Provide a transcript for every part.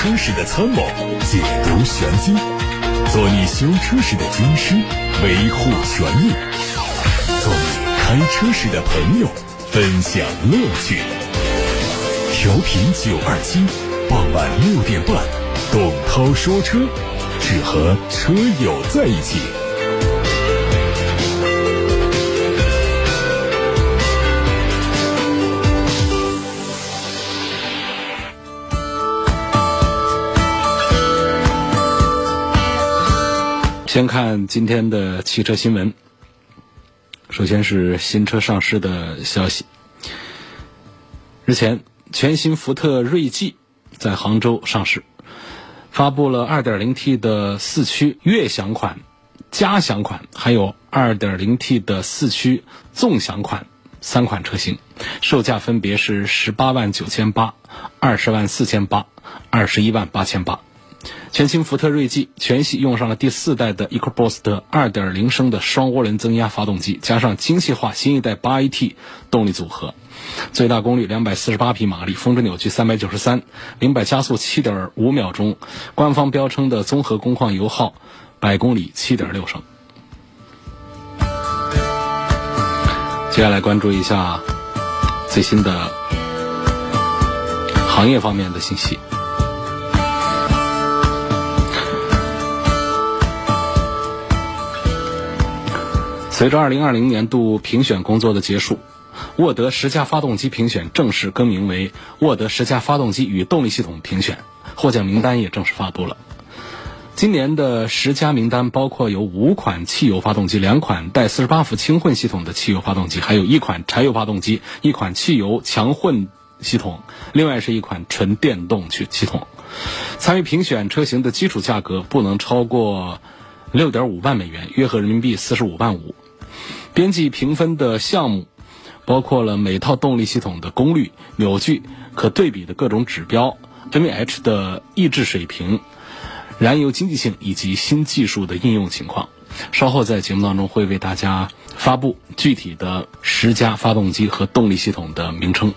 车时的参谋，解读玄机，做你修车时的军师，维护权益，做你开车时的朋友，分享乐趣。调频927，傍晚6点半，董涛说车，只和车友在一起。 先看今天的汽车新闻。首先是新车上市的消息。日前，全新福特锐际在杭州上市，发布了 2.0T 的4驱悦享款、嘉享款，还有 2.0T 的4驱纵享款3款车型，售价分别是189800、204800、218800。全新福特锐际全系用上了第4代的 EcoBoost 2.0 升的双涡轮增压发动机，加上精细化新一代 8AT 动力组合，最大功率248匹马力，峰值扭矩393，0-100加速 7.5 秒钟，官方标称的综合工况油耗100公里 7.6 升。接下来关注一下最新的行业方面的信息。随着2020年度评选工作的结束，沃德10佳发动机评选正式更名为沃德10佳发动机与动力系统评选，获奖名单也正式发布了。今年的10佳名单包括有5款汽油发动机、2款带48伏轻混系统的汽油发动机，还有1款柴油发动机、1款汽油强混系统，另外是1款纯电动系统。参与评选车型的基础价格不能超过 6.5 万美元，约合人民币45万5。编辑评分的项目包括了每套动力系统的功率、扭矩、可对比的各种指标、NVH 的抑制水平、燃油经济性以及新技术的应用情况。稍后在节目当中会为大家发布具体的10佳发动机和动力系统的名称。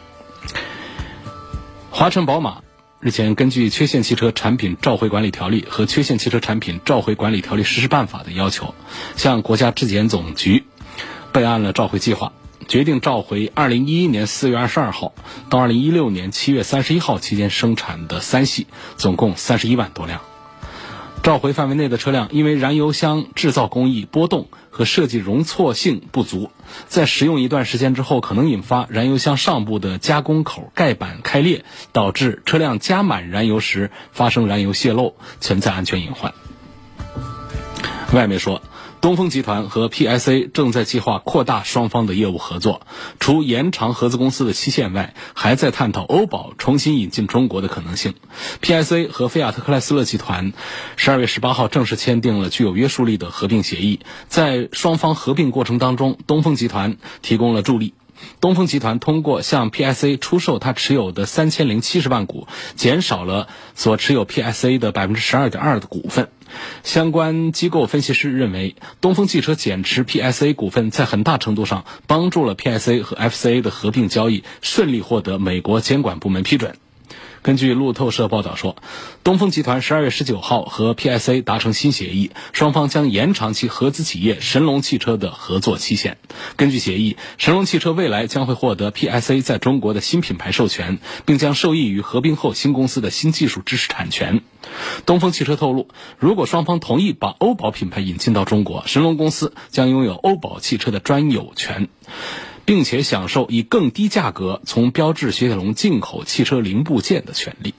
华晨宝马日前根据缺陷汽车产品召回管理条例和缺陷汽车产品召回管理条例实施办法的要求，向国家质检总局备案了召回计划，决定召回2011年4月22号到2016年7月31号期间生产的3系，总共31万多辆。召回范围内的车辆因为燃油箱制造工艺波动和设计容错性不足，在使用一段时间之后可能引发燃油箱上部的加工口盖板开裂，导致车辆加满燃油时发生燃油泄漏，存在安全隐患。外媒说，东风集团和 PSA 正在计划扩大双方的业务合作，除延长合资公司的期限外，还在探讨欧宝重新引进中国的可能性。PSA 和菲亚特克莱斯勒集团12月18号正式签订了具有约束力的合并协议，在双方合并过程当中，东风集团提供了助力。东风集团通过向 PSA 出售它持有的3070万股，减少了所持有 PSA 的 12.2% 的股份。相关机构分析师认为，东风汽车减持 PSA 股份在很大程度上帮助了 PSA 和 FCA 的合并交易顺利获得美国监管部门批准。根据路透社报道说，东风集团12月19号和 PSA 达成新协议，双方将延长其合资企业神龙汽车的合作期限。根据协议，神龙汽车未来将会获得 PSA 在中国的新品牌授权，并将受益于合并后新公司的新技术知识产权。东风汽车透露，如果双方同意把欧宝品牌引进到中国，神龙公司将拥有欧宝汽车的专有权，并且享受以更低价格从标致雪铁龙进口汽车零部件的权利。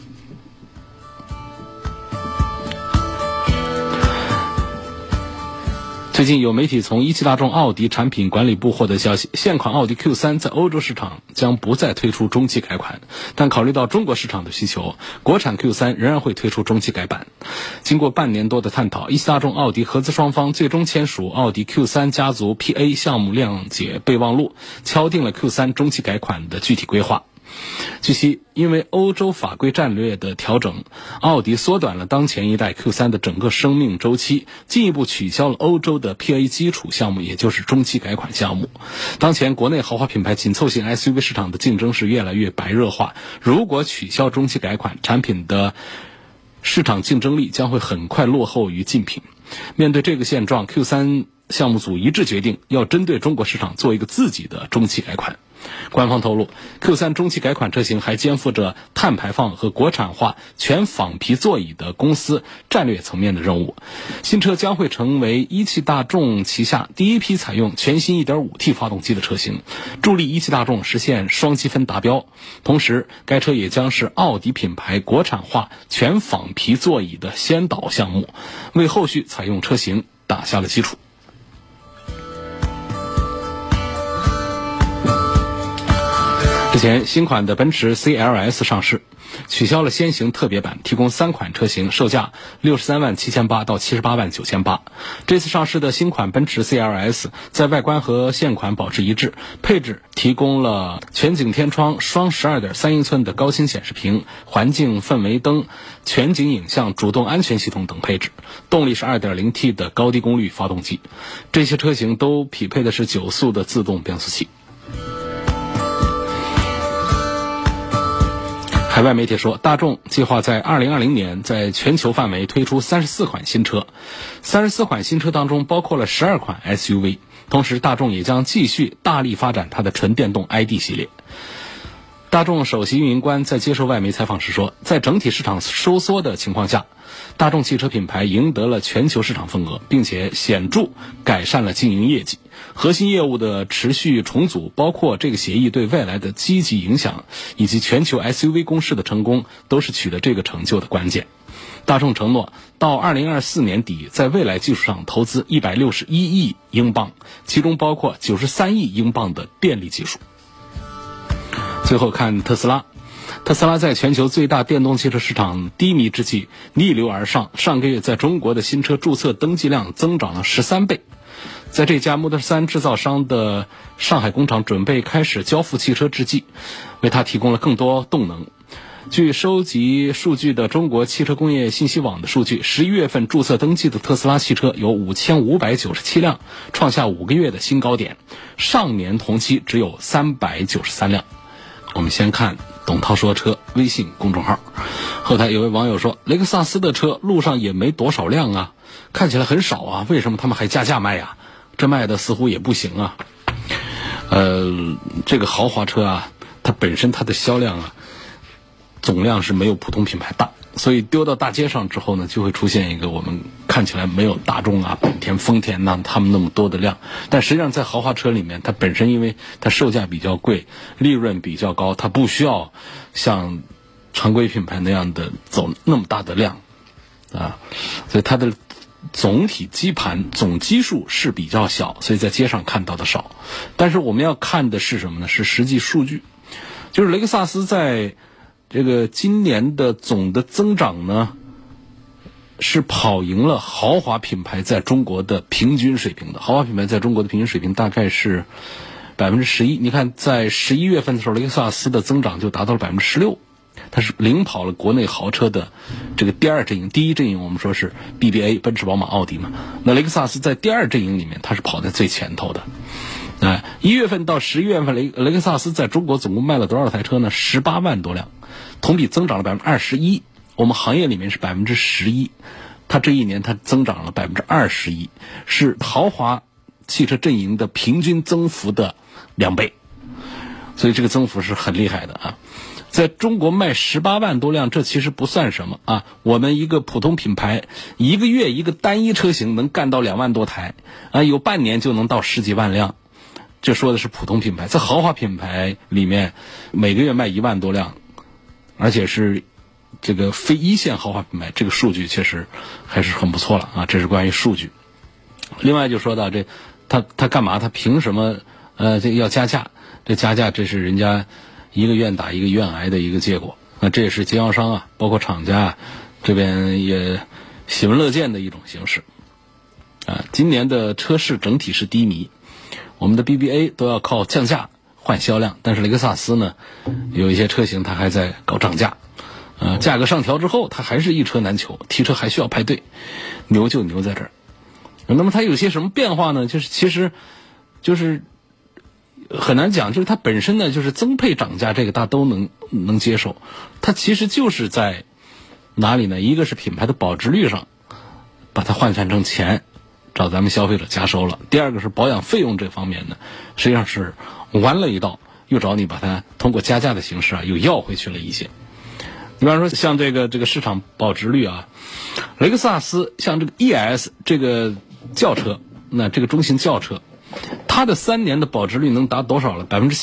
最近有媒体从一汽大众奥迪产品管理部获得消息，现款奥迪 Q3 在欧洲市场将不再推出中期改款，但考虑到中国市场的需求，国产 Q3 仍然会推出中期改版。经过半年多的探讨，一汽大众奥迪合资双方最终签署奥迪 Q3 家族 PA 项目谅解备忘录，敲定了 Q3 中期改款的具体规划。 据悉，因为欧洲法规战略的调整，奥迪缩短了当前一代 Q3 的整个生命周期，进一步取消了欧洲的 PA 基础项目，也就是中期改款项目。当前国内豪华品牌紧凑型 SUV 市场的竞争是越来越白热化，如果取消中期改款，产品的市场竞争力将会很快落后于竞品。面对这个现状， Q3 项目组一致决定要针对中国市场做一个自己的中期改款。官方透露， Q3 中期改款车型还肩负着碳排放和国产化全仿皮座椅的公司战略层面的任务。新车将会成为一汽大众旗下第一批采用全新 1.5T 发动机的车型，助力一汽大众实现双积分达标。同时，该车也将是奥迪品牌国产化全仿皮座椅的先导项目，为后续采用车型打下了基础。之前新款的奔驰 CLS 上市，取消了先行特别版，提供3款车型，售价63.78万到78.98万。这次上市的新款奔驰 CLS 在外观和现款保持一致，配置提供了全景天窗、双12.3英寸的高清显示屏、环境氛围灯、全景影像、主动安全系统等配置。动力是 2.0T 的高低功率发动机。这些车型都匹配的是9速的自动变速器。海外媒体说，大众计划在2020年在全球范围推出34款新车，34款新车当中包括了12款 SUV。同时，大众也将继续大力发展它的纯电动 ID 系列。大众首席运营官在接受外媒采访时说，在整体市场收缩的情况下，大众汽车品牌赢得了全球市场份额，并且显著改善了经营业绩。核心业务的持续重组，包括这个协议对未来的积极影响，以及全球 SUV 攻势的成功，都是取得这个成就的关键。大众承诺到2024年底在未来技术上投资161亿英镑，其中包括93亿英镑的电力技术。最后看特斯拉。特斯拉在全球最大电动汽车市场低迷之际逆流而上，上个月在中国的新车注册登记量增长了13倍。在这家Model 3制造商的上海工厂准备开始交付汽车之际，为它提供了更多动能。据收集数据的中国汽车工业信息网的数据，11月份注册登记的特斯拉汽车有5597辆，创下5个月的新高点，上年同期只有393辆。我们先看董涛说车微信公众号，后台有位网友说，雷克萨斯的车路上也没多少辆啊，看起来很少啊，为什么他们还加价卖啊？这卖的似乎也不行啊。这个豪华车啊，它本身它的销量啊总量是没有普通品牌大，所以丢到大街上之后呢，就会出现一个我们看起来没有大众啊、本田、丰田呐他们那么多的量，但实际上在豪华车里面，它本身因为它售价比较贵，利润比较高，它不需要像常规品牌那样的走那么大的量啊，所以它的总体基盘总基数是比较小，所以在街上看到的少。但是我们要看的是什么呢？是实际数据，就是雷克萨斯在这个今年的总的增长呢，是跑赢了豪华品牌在中国的平均水平的。豪华品牌在中国的平均水平大概是11%。你看，在11月份的时候，雷克萨斯的增长就达到了16%，它是领跑了国内豪车的这个第二阵营。第一阵营我们说是 BBA 奔驰、宝马、奥迪嘛，那雷克萨斯在第二阵营里面，它是跑在最前头的。1月份到11月份，雷克萨斯在中国总共卖了多少台车呢？18万多辆，同比增长了21%。我们行业里面是11%，它这一年它增长了21%，是豪华汽车阵营的平均增幅的2倍，所以这个增幅是很厉害的啊。在中国卖18万多辆，这其实不算什么啊。我们一个普通品牌，一个月一个单一车型能干到2万多台啊，有半年就能到10几万辆。这说的是普通品牌，在豪华品牌里面，每个月卖1万多辆，而且是这个非一线豪华品牌，这个数据确实还是很不错了啊。这是关于数据。另外就说到这，他干嘛？他凭什么这个要加价？这加价这是人家一个愿打一个愿挨的一个结果。那这也是经销商啊，包括厂家这边也喜闻乐见的一种形式啊。今年的车市整体是低迷。我们的 BBA 都要靠降价换销量，但是雷克萨斯呢，有一些车型它还在搞涨价，价格上调之后，它还是一车难求，提车还需要排队，牛就牛在这儿。那么它有些什么变化呢？其实很难讲，就是它本身呢，就是增配涨价，这个大家都能接受。它其实就是在哪里呢？一个是品牌的保值率上，把它换算成钱，找咱们消费者加收了。第二个是保养费用这方面呢，实际上是弯了一道，又找你把它通过加价的形式又要回去了一些。比方说像这个市场保值率雷克萨斯像这个 ES 这个轿车，那这个中型轿车，它的3年的保值率能达多少了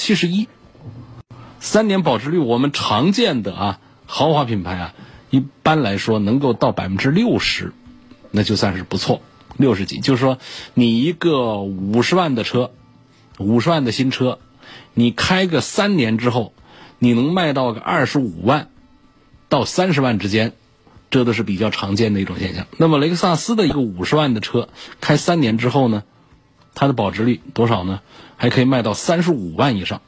？71%。3年保值率，我们常见的豪华品牌一般来说能够到60%，那就算是不错。60几，就是说你一个50万的车，50万的新车，你开个3年之后，你能卖到个25万到30万之间，这都是比较常见的一种现象。那么雷克萨斯的一个50万的车，开3年之后呢，它的保值率多少呢？还可以卖到35万以上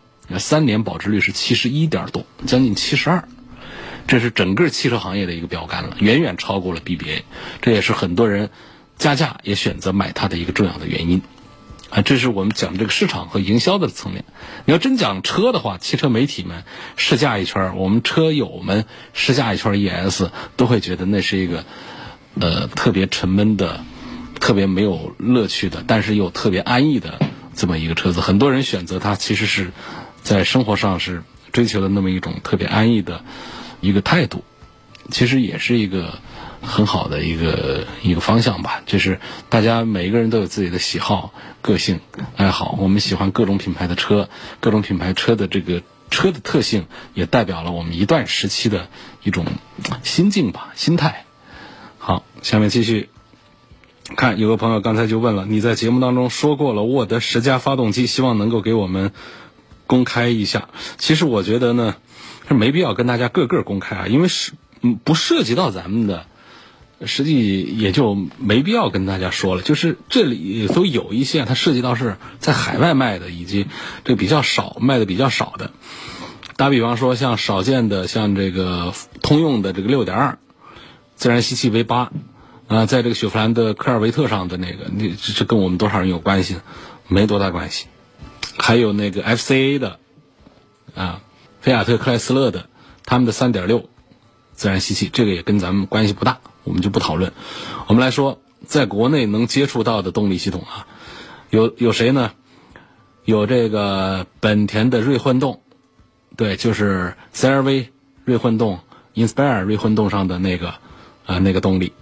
，3年保值率是71点多，将近72，这是整个汽车行业的一个标杆了，远远超过了 BBA， 这也是很多人加价也选择买它的一个重要的原因。这是我们讲这个市场和营销的层面。你要真讲车的话，汽车媒体们试驾一圈，我们车友们试驾一圈 ES， 都会觉得那是一个特别沉闷的、特别没有乐趣的，但是又特别安逸的这么一个车子。很多人选择它，其实是在生活上是追求的那么一种特别安逸的一个态度，其实也是一个很好的一个方向吧。就是大家每一个人都有自己的喜好、个性、爱好，我们喜欢各种品牌的车，各种品牌车的这个车的特性也代表了我们一段时期的一种心境吧、心态。好，下面继续看，有个朋友刚才就问了，你在节目当中说过了沃德10加发动机，希望能够给我们公开一下。其实我觉得呢，是没必要跟大家个公开因为不涉及到咱们的，实际也就没必要跟大家说了。就是这里都有一些它涉及到是在海外卖的，以及这个比较少卖的比较少的。打比方说像少见的，像这个通用的这个 6.2 自然吸气 V8 在这个雪佛兰的科尔维特上的那个，这跟我们多少人有关系？没多大关系。还有那个 FCA 的菲亚特克莱斯勒的他们的 3.6 自然吸气，这个也跟咱们关系不大，我们就不讨论。我们来说在国内能接触到的动力系统有谁呢？有这个本田的锐混动，对，就是 CR-V 锐混动 Inspire 锐混动上的那个动力，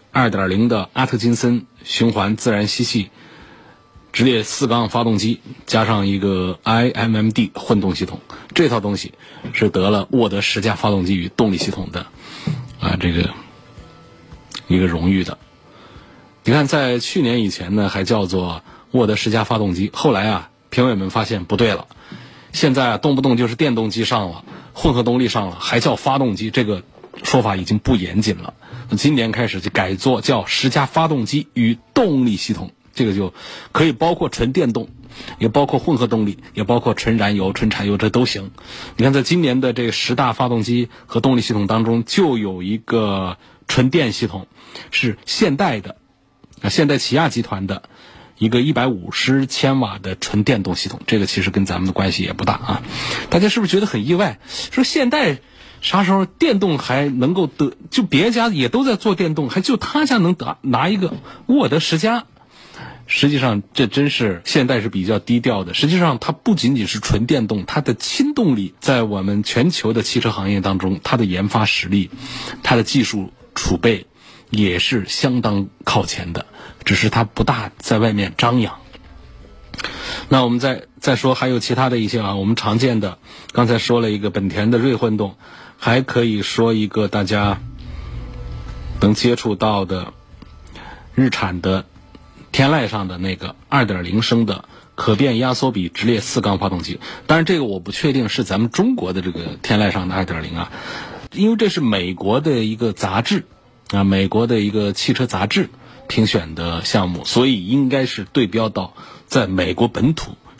2.0 的阿特金森循环自然吸气直列4缸发动机，加上一个 IMMD 混动系统，这套东西是得了沃德10加发动机与动力系统的这个一个荣誉的。你看在去年以前呢还叫做沃德10加发动机，后来评委们发现不对了，现在动不动就是电动机上了，混合动力上了，还叫发动机，这个说法已经不严谨了。今年开始就改做叫10加发动机与动力系统，这个就可以包括纯电动，也包括混合动力，也包括纯燃油、纯柴油，这都行。你看在今年的这个10大发动机和动力系统当中，就有一个纯电系统，是现代的现代起亚集团的一个150千瓦的纯电动系统，这个其实跟咱们的关系也不大大家是不是觉得很意外？说现代啥时候电动还能够得，就别家也都在做电动，还就他家能拿一个沃德10加。实际上这真是现代是比较低调的，实际上它不仅仅是纯电动，它的氢动力在我们全球的汽车行业当中，它的研发实力、它的技术储备也是相当靠前的，只是它不大在外面张扬。那我们再说还有其他的一些我们常见的，刚才说了一个本田的锐混动，还可以说一个大家能接触到的日产的天籁上的那个 2.0 升的可变压缩比直列4缸发动机。当然这个我不确定是咱们中国的这个天籁上的 2.0 因为这是美国的一个杂志美国的一个汽车杂志评选的项目，所以应该是对标到在美国本土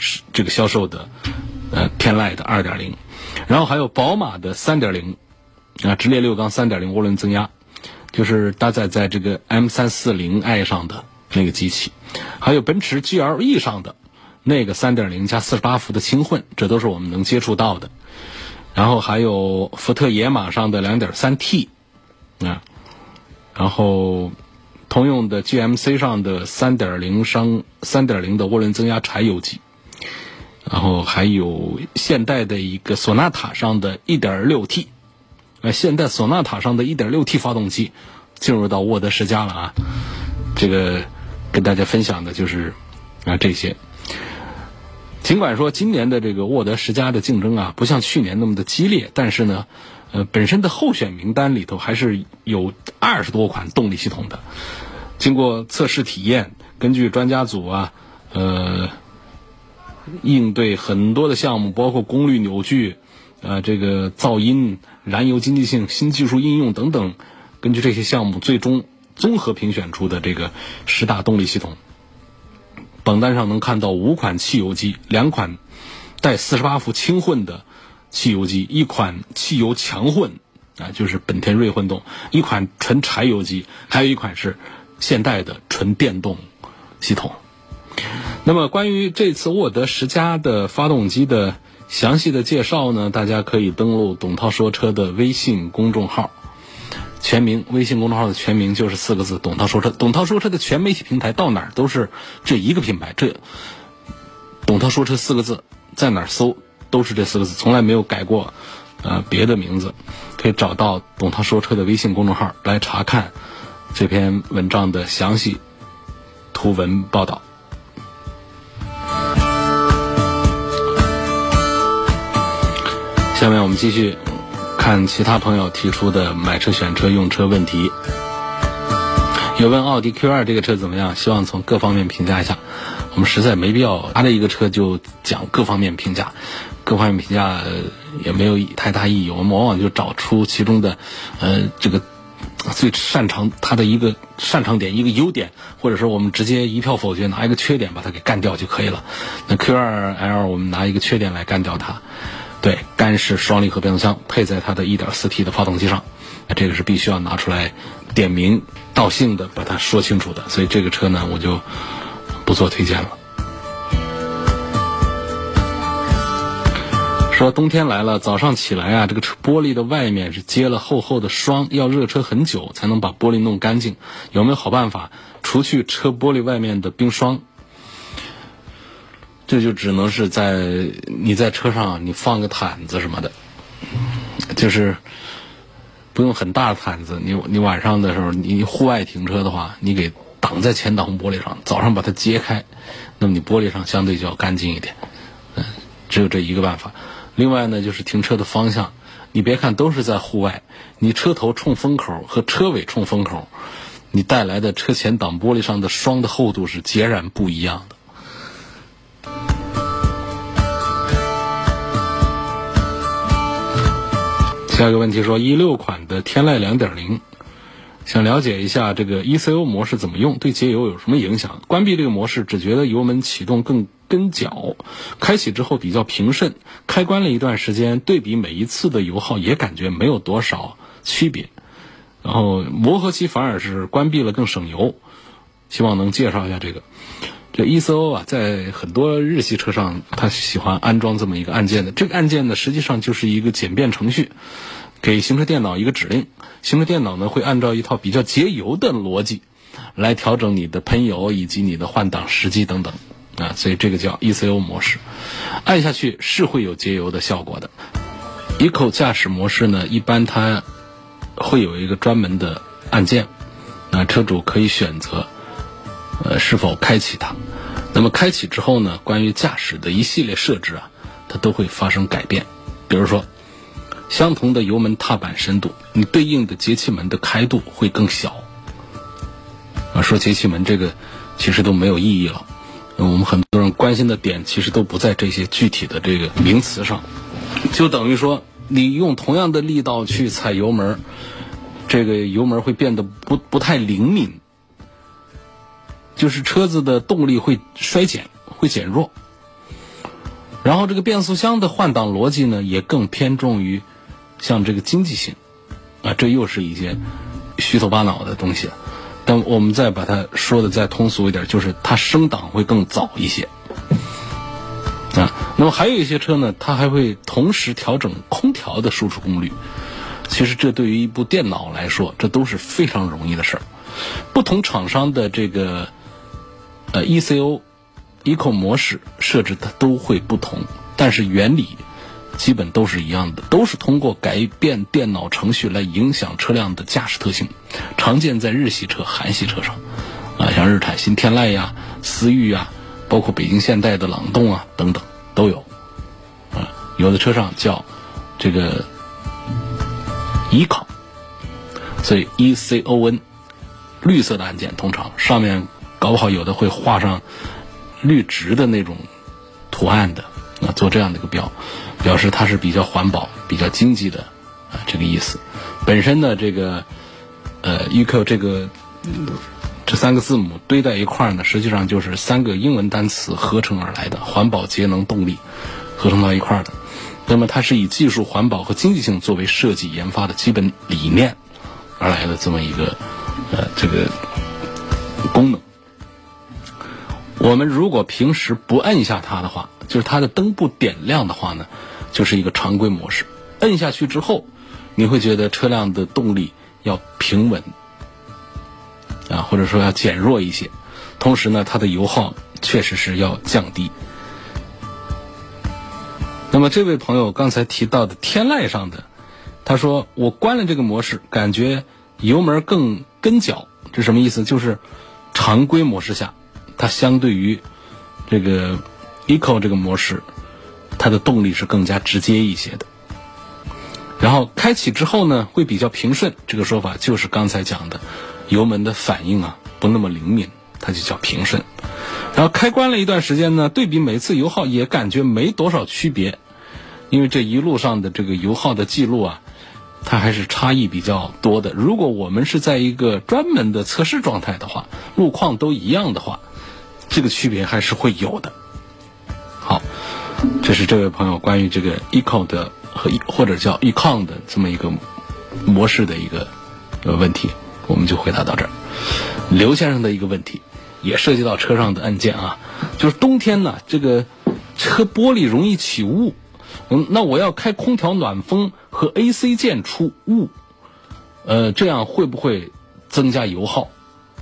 这个销售的天籁的 2.0， 然后还有宝马的 3.0 直列6缸 3.0 涡轮增压，就是搭载在这个 M340i 上的那个机器，还有奔驰 GLE 上的那个 3.0 加48伏的轻混，这都是我们能接触到的。然后还有福特野马上的 2.3T 然后通用的 GMC 上的 3.0 的涡轮增压柴油机，然后还有现代的一个索纳塔上的 1.6T， 现代索纳塔上的 1.6T 发动机进入到沃德10家了这个跟大家分享的就是这些。尽管说今年的这个沃德10家的竞争不像去年那么的激烈，但是呢本身的候选名单里头还是有20多款动力系统的。经过测试体验，根据专家组应对很多的项目，包括功率扭矩这个噪音、燃油经济性、新技术应用等等，根据这些项目最终综合评选出的这个10大动力系统。榜单上能看到5款汽油机，2款带48伏轻混的汽油机，1款汽油强混就是本田锐混动，1款纯柴油机，还有1款是现代的纯电动系统。那么关于这次沃德10家的发动机的详细的介绍呢，大家可以登录董涛说车的微信公众号，全名微信公众号的全名就是4个字，董涛说车。董涛说车的全媒体平台到哪儿都是这一个品牌，这董涛说车4个字在哪儿搜都是这4个字，从来没有改过别的名字。可以找到董涛说车的微信公众号来查看这篇文章的详细图文报道。下面我们继续看其他朋友提出的买车、选车、用车问题。有问奥迪 Q2 这个车怎么样，希望从各方面评价一下。我们实在没必要拿着一个车就讲各方面评价，各方面评价也没有太大意义。我们往往就找出其中的这个最擅长它的一个擅长点，一个优点，或者说我们直接一票否决，拿一个缺点把它给干掉就可以了。那 Q2L 我们拿一个缺点来干掉它。对，干式双离合变速箱配在它的 1.4T 的发动机上，这个是必须要拿出来点名道姓的把它说清楚的，所以这个车呢我就不做推荐了。说冬天来了，早上起来这个车玻璃的外面是结了厚厚的霜，要热车很久才能把玻璃弄干净，有没有好办法除去车玻璃外面的冰霜？这就只能是你在车上你放个毯子什么的，就是不用很大的毯子，你晚上的时候你户外停车的话，你给挡在前挡风玻璃上，早上把它揭开，那么你玻璃上相对就要干净一点。只有这一个办法。另外呢，就是停车的方向，你别看都是在户外，你车头冲风口和车尾冲风口，你带来的车前挡玻璃上的霜的厚度是截然不一样的。下一个问题说16款的天籁 2.0 想了解一下这个 ECO 模式怎么用，对节油有什么影响？关闭这个模式只觉得油门启动更跟脚，开启之后比较平顺，开关了一段时间，对比每一次的油耗也感觉没有多少区别，然后磨合期反而是关闭了更省油，希望能介绍一下这个。这 ECO 在很多日系车上它喜欢安装这么一个按键的，这个按键呢实际上就是一个简便程序，给行车电脑一个指令，行车电脑呢会按照一套比较节油的逻辑来调整你的喷油以及你的换挡时机等等所以这个叫 ECO 模式，按下去是会有节油的效果的。Eco 驾驶模式呢，一般它会有一个专门的按键，车主可以选择是否开启它。那么开启之后呢，关于驾驶的一系列设置它都会发生改变。比如说相同的油门踏板深度，你对应的节气门的开度会更小。说节气门这个其实都没有意义了，我们很多人关心的点其实都不在这些具体的这个名词上，就等于说你用同样的力道去踩油门，这个油门会变得不太灵敏，就是车子的动力会衰减，会减弱。 然后这个变速箱的换挡逻辑呢，也更偏重于像这个经济性啊，这又是一些虚头巴脑的东西。但我们再把它说的再通俗一点，就是它升档会更早一些啊。那么还有一些车呢，它还会同时调整空调的输出功率。其实这对于一部电脑来说，这都是非常容易的事儿。不同厂商的这个ECO 模式设置它都会不同，但是原理基本都是一样的，都是通过改变电脑程序来影响车辆的驾驶特性，常见在日系车、韩系车上啊，像日产新天籁呀、思域啊，包括北京现代的朗动啊等等都有啊。有的车上叫这个ECON，所以 ECON 绿色的按键，通常上面搞不好有的会画上绿植的那种图案的啊，做这样的一个表示它是比较环保、比较经济的啊，这个意思。本身呢，这个ECO 这三个字母堆在一块儿呢，实际上就是三个英文单词合成而来的，环保、节能、动力合成到一块儿的。那么它是以技术、环保和经济性作为设计研发的基本理念而来的这么一个这个功能。我们如果平时不按一下它的话，就是它的灯不点亮的话呢，就是一个常规模式。摁下去之后，你会觉得车辆的动力要平稳啊，或者说要减弱一些，同时呢，它的油耗确实是要降低。那么这位朋友刚才提到的天籁上的，他说我关了这个模式，感觉油门更跟脚，这什么意思？就是常规模式下，它相对于这个 ECO 这个模式，它的动力是更加直接一些的。然后开启之后呢，会比较平顺，这个说法就是刚才讲的油门的反应啊不那么灵敏，它就叫平顺。然后开关了一段时间呢，对比每次油耗也感觉没多少区别，因为这一路上的这个油耗的记录啊，它还是差异比较多的。如果我们是在一个专门的测试状态的话，路况都一样的话，这个区别还是会有的。好，这是这位朋友关于这个 ECO 的或者叫 ECON 的这么一个模式的一个问题，我们就回答到这儿。刘先生的一个问题也涉及到车上的按键啊，就是冬天呢，这个车玻璃容易起雾，那我要开空调暖风和 AC 键出雾，这样会不会增加油耗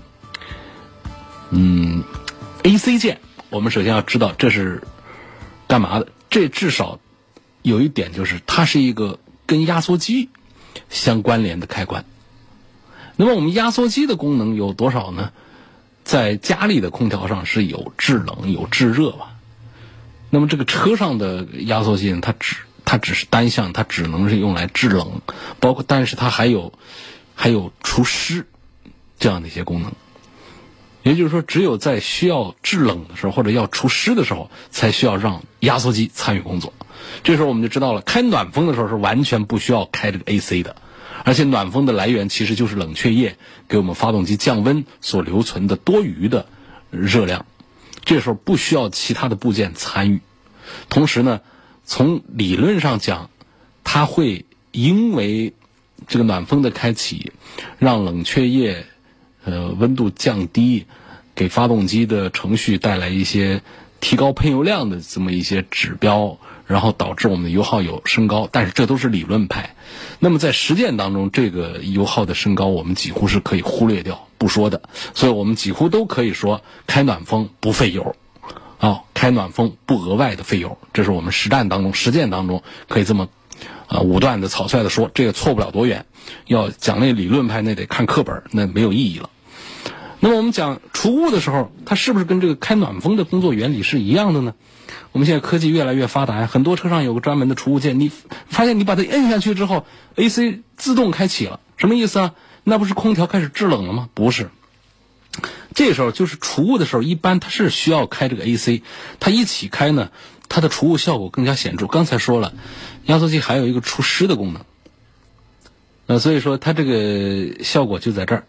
？AC 键我们首先要知道这是干嘛的，这至少有一点就是它是一个跟压缩机相关联的开关。那么我们压缩机的功能有多少呢？在家里的空调上是有制冷有制热吧。那么这个车上的压缩机呢，它只是单向，它只能是用来制冷，包括但是它还有除湿这样的一些功能。也就是说，只有在需要制冷的时候或者要除湿的时候，才需要让压缩机参与工作。这时候我们就知道了，开暖风的时候是完全不需要开这个 AC 的，而且暖风的来源其实就是冷却液给我们发动机降温所留存的多余的热量，这时候不需要其他的部件参与。同时呢，从理论上讲，它会因为这个暖风的开启，让冷却液温度降低，给发动机的程序带来一些提高喷油量的这么一些指标，然后导致我们的油耗有升高，但是这都是理论派。那么在实践当中，这个油耗的升高我们几乎是可以忽略掉不说的，所以我们几乎都可以说开暖风不费油开暖风不额外的费油，这是我们实践当中可以这么武断的草率的说，这个错不了多远。要讲那理论派，那得看课本，那没有意义了。那么我们讲除雾的时候，它是不是跟这个开暖风的工作原理是一样的呢？我们现在科技越来越发达呀，很多车上有个专门的除雾键，你发现你把它摁下去之后 AC 自动开启了，什么意思啊？那不是空调开始制冷了吗？不是，这时候就是除雾的时候，一般它是需要开这个 AC， 它一起开呢，它的除雾效果更加显著。刚才说了，压缩机还有一个除湿的功能，所以说它这个效果就在这儿。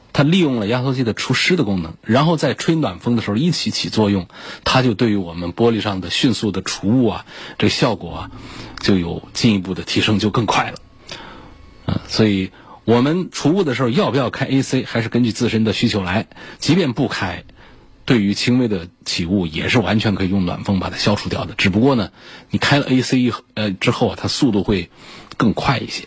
它利用了压缩机的除湿的功能，然后在吹暖风的时候一起起作用，它就对于我们玻璃上的迅速的除雾啊，这个效果啊就有进一步的提升，就更快了。所以我们除雾的时候要不要开 AC， 还是根据自身的需求来。即便不开，对于轻微的起雾也是完全可以用暖风把它消除掉的。只不过呢，你开了 AC 之后它速度会更快一些。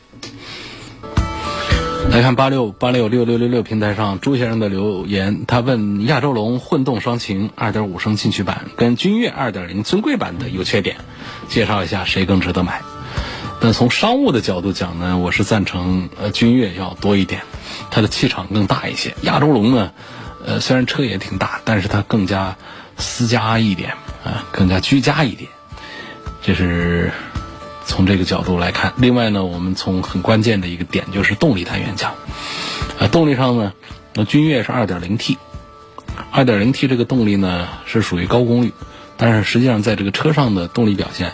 来看86866666平台上朱先生的留言，他问亚洲龙混动双擎 2.5 升进取版跟君越 2.0 尊贵版的优缺点，介绍一下谁更值得买。但从商务的角度讲呢，我是赞成君越要多一点，它的气场更大一些。亚洲龙呢虽然车也挺大，但是它更加私家一点更加居家一点，这是从这个角度来看。另外呢，我们从很关键的一个点就是动力单元讲，动力上呢，君越是 2.0T 这个动力呢是属于高功率，但是实际上在这个车上的动力表现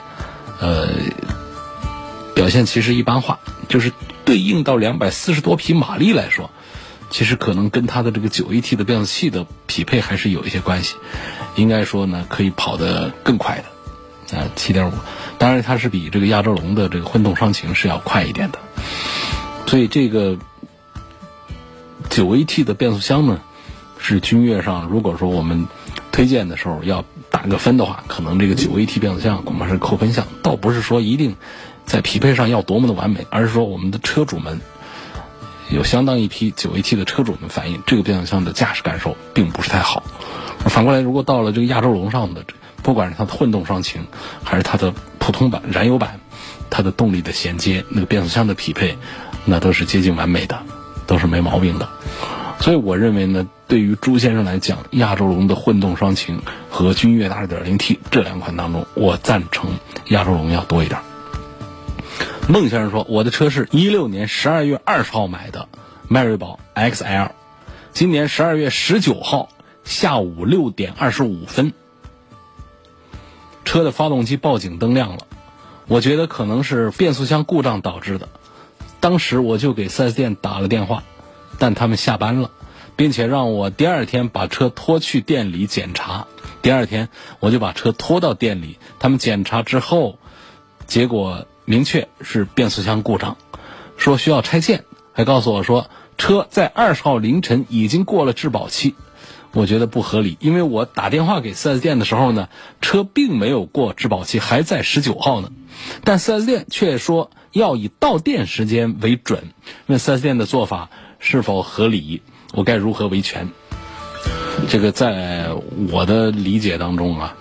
其实一般化，就是对应到240多匹马力来说，其实可能跟它的这个 9AT 的变速器的匹配还是有一些关系，应该说呢可以跑得更快的7.5， 当然它是比这个亚洲龙的这个混动双擎是要快一点的。所以这个 9AT 的变速箱呢是君越上，如果说我们推荐的时候要打个分的话，可能这个 9AT 变速箱恐怕是扣分项，倒不是说一定在匹配上要多么的完美，而是说我们的车主们有相当一批 9AT 的车主们反映这个变速箱的驾驶感受并不是太好。反过来，如果到了这个亚洲龙上的，不管是它的混动双擎还是它的普通版燃油版，它的动力的衔接，那个变速箱的匹配，那都是接近完美的，都是没毛病的。所以我认为呢，对于朱先生来讲，亚洲龙的混动双擎和君越的 2.0T 这两款当中，我赞成亚洲龙要多一点。孟先生说，我的车是16年12月20号买的迈锐宝 XL， 今年12月19号下午6点25分，车的发动机报警灯亮了，我觉得可能是变速箱故障导致的。当时我就给 4S 店打了电话，但他们下班了，并且让我第二天把车拖去店里检查。第二天我就把车拖到店里，他们检查之后，结果明确是变速箱故障，说需要拆件，还告诉我说车在20号凌晨已经过了质保期。我觉得不合理，因为我打电话给 4S 店的时候呢，车并没有过质保期，还在19号呢，但 4S 店却说要以到店时间为准。问 4S 店的做法是否合理，我该如何维权？这个在我的理解当中啊，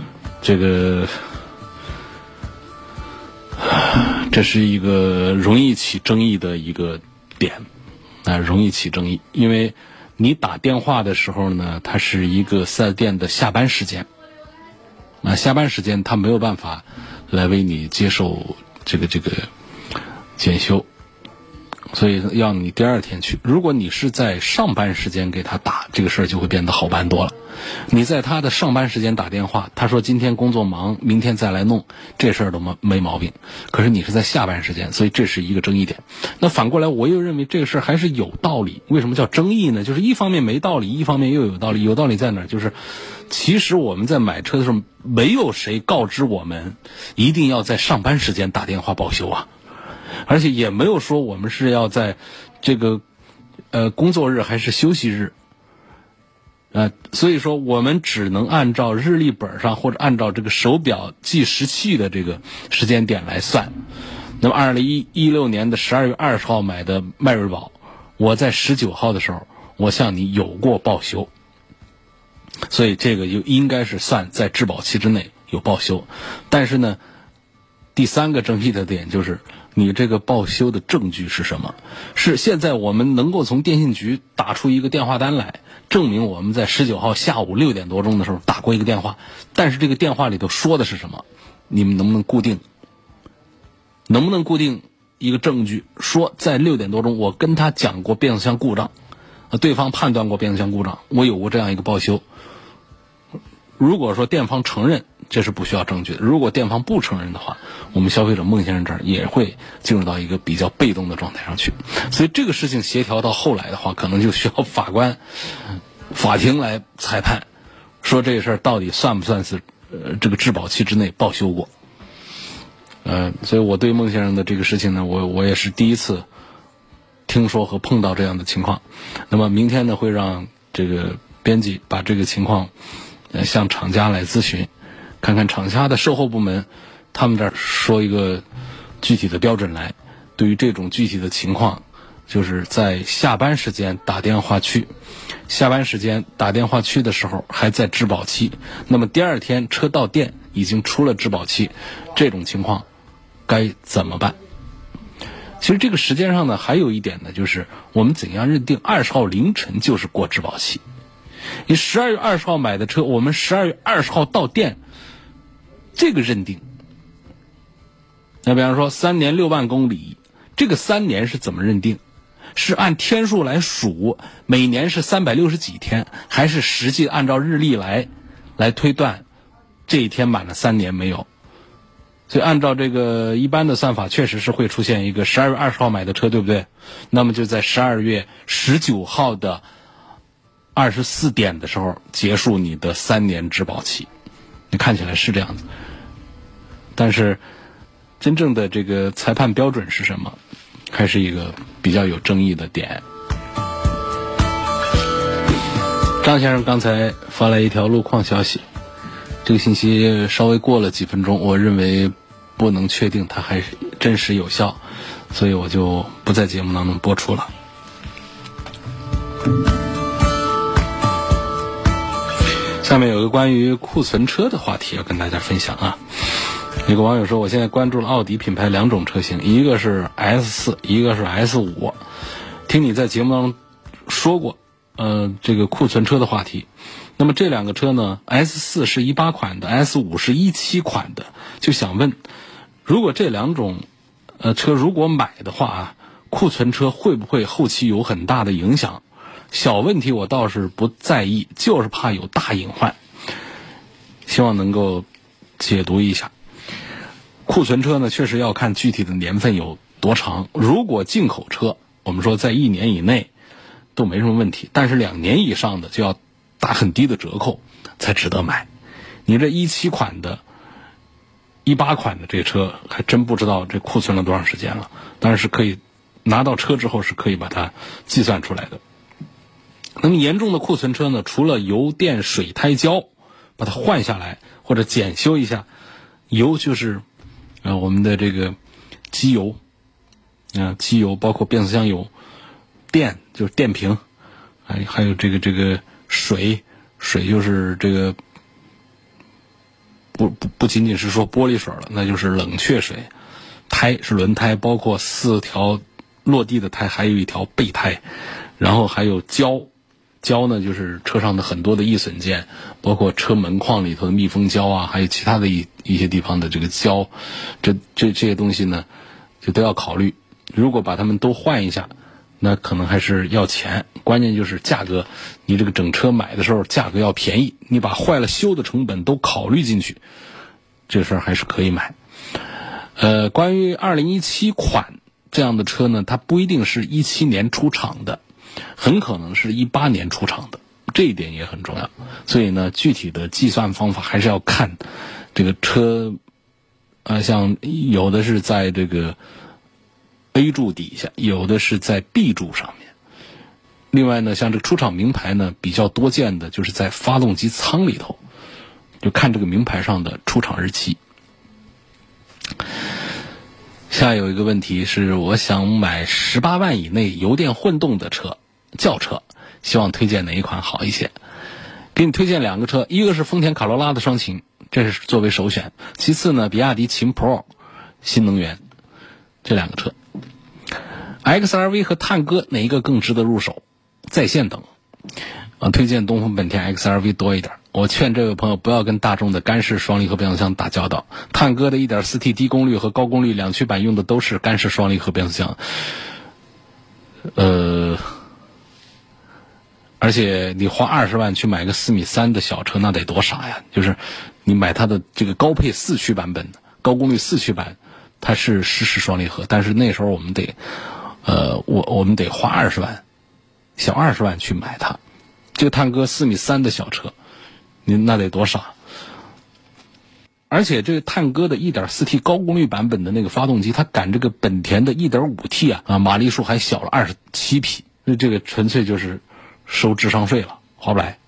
这是一个容易起争议的一个点容易起争议，因为你打电话的时候呢，它是一个4S店的下班时间，下班时间它没有办法来为你接受这个检修，所以要你第二天去。如果你是在上班时间给他打，这个事儿就会变得好办多了。你在他的上班时间打电话，他说今天工作忙，明天再来弄，这事儿都没毛病。可是你是在下班时间，所以这是一个争议点。那反过来，我又认为这个事儿还是有道理。为什么叫争议呢？就是一方面没道理，一方面又有道理。有道理在哪儿？就是其实我们在买车的时候，没有谁告知我们一定要在上班时间打电话报修啊，而且也没有说我们是要在这个工作日还是休息日。所以说我们只能按照日历本上或者按照这个手表计时器的这个时间点来算。那么2016年的12月20号买的迈锐宝，我在19号的时候我向你有过报修，所以这个就应该是算在质保期之内有报修。但是呢，第三个争议的点就是你这个报修的证据是什么？是现在我们能够从电信局打出一个电话单来，证明我们在19号下午6点多钟的时候打过一个电话，但是这个电话里头说的是什么？你们能不能固定？能不能固定一个证据，说在6点多钟我跟他讲过变速箱故障，对方判断过变速箱故障，我有过这样一个报修。 如果说店方承认，这是不需要证据的；如果店方不承认的话，我们消费者孟先生这儿也会进入到一个比较被动的状态上去。所以这个事情协调到后来的话，可能就需要法官、法庭来裁判，说这个事儿到底算不算是这个质保期之内报修过。所以我对孟先生的这个事情呢，我也是第一次听说和碰到这样的情况。那么明天呢，会让这个编辑把这个情况向厂家来咨询，看看厂家的售后部门他们这儿说一个具体的标准来。对于这种具体的情况，就是在下班时间打电话去的时候还在质保期，那么第二天车到店已经出了质保期，这种情况该怎么办？其实这个时间上呢，还有一点呢，就是我们怎样认定20号凌晨就是过质保期？你12月20号买的车，我们12月20号到店，这个认定。那比方说3年6万公里，这个3年是怎么认定？是按天数来数，每年是360几天，还是实际按照日历来推断这一天满了3年没有？所以按照这个一般的算法，确实是会出现一个12月20号买的车，对不对？那么就在12月19号的24点的时候结束你的3年质保期。你看起来是这样子，但是真正的这个裁判标准是什么，还是一个比较有争议的点。张先生刚才发来一条路况消息，这个信息稍微过了几分钟，我认为不能确定它还是真实有效，所以我就不在节目当中播出了。下面有个关于库存车的话题要跟大家分享啊。有个网友说，我现在关注了奥迪品牌2种车型，一个是 S4， 一个是 S5。听你在节目当中说过这个库存车的话题。那么这两个车呢， S4 是18款的， S5 是17款的，就想问，如果这两种车如果买的话啊，库存车会不会后期有很大的影响？小问题我倒是不在意，就是怕有大隐患，希望能够解读一下。库存车呢，确实要看具体的年份有多长。如果进口车，我们说在1年以内都没什么问题，但是2年以上的就要打很低的折扣才值得买。你这17款的、18款的这车，还真不知道这库存了多长时间了。当然是可以拿到车之后是可以把它计算出来的。那么严重的库存车呢，除了油电水胎胶把它换下来或者检修一下，油就是我们的这个机油机油包括变速箱油，电就是电瓶，还有这个水就是这个不仅仅是说玻璃水了，那就是冷却水，胎是轮胎，包括4条落地的胎，还有1条备胎，然后还有胶呢，就是车上的很多的易损件，包括车门框里头的密封胶啊，还有其他的一些地方的这个胶，这些东西呢，就都要考虑。如果把它们都换一下，那可能还是要钱，关键就是价格，你这个整车买的时候价格要便宜，你把坏了修的成本都考虑进去，这事儿还是可以买。关于2017款这样的车呢，它不一定是17年出厂的，很可能是18年出厂的，这一点也很重要。所以呢，具体的计算方法还是要看这个车，像有的是在这个 A 柱底下，有的是在 B 柱上面。另外呢，像这个出厂名牌呢，比较多见的就是在发动机舱里头，就看这个名牌上的出厂日期。下有一个问题是，我想买18万以内油电混动的车，轿车，希望推荐哪一款好一些？给你推荐2个车，一个是丰田卡罗拉的双擎，这是作为首选。其次呢，比亚迪秦 Pro 新能源，这2个车。XRV 和探歌哪一个更值得入手？在线等。推荐东风本田 XRV 多一点。我劝这位朋友不要跟大众的干式双离合变速箱打交道。探歌的 1.4T 低功率和高功率2驱版用的都是干式双离合变速箱。 而且你花20万去买个4.3米的小车，那得多傻呀！就是你买它的这个高配4驱版本的高功率4驱版，它是湿式双离合，但是那时候我们得我们得花20万，小20万去买它。这个探戈4.3米的小车，你那得多傻！而且这个探戈的 1.4T 高功率版本的那个发动机，它赶这个本田的 1.5T 马力数还小了27匹，那这个纯粹就是收智商税了，划不来。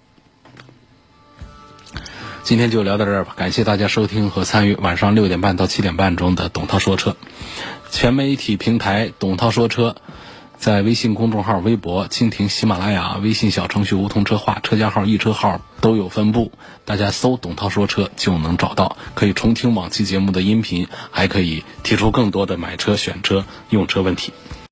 今天就聊到这儿吧，感谢大家收听和参与晚上6点半到7点半中的董涛说车。全媒体平台董涛说车，在微信公众号、微博、蜻蜓、喜马拉雅、微信小程序梧桐车话、车家号、易车号都有分布，大家搜董涛说车就能找到，可以重听往期节目的音频，还可以提出更多的买车、选车、用车问题。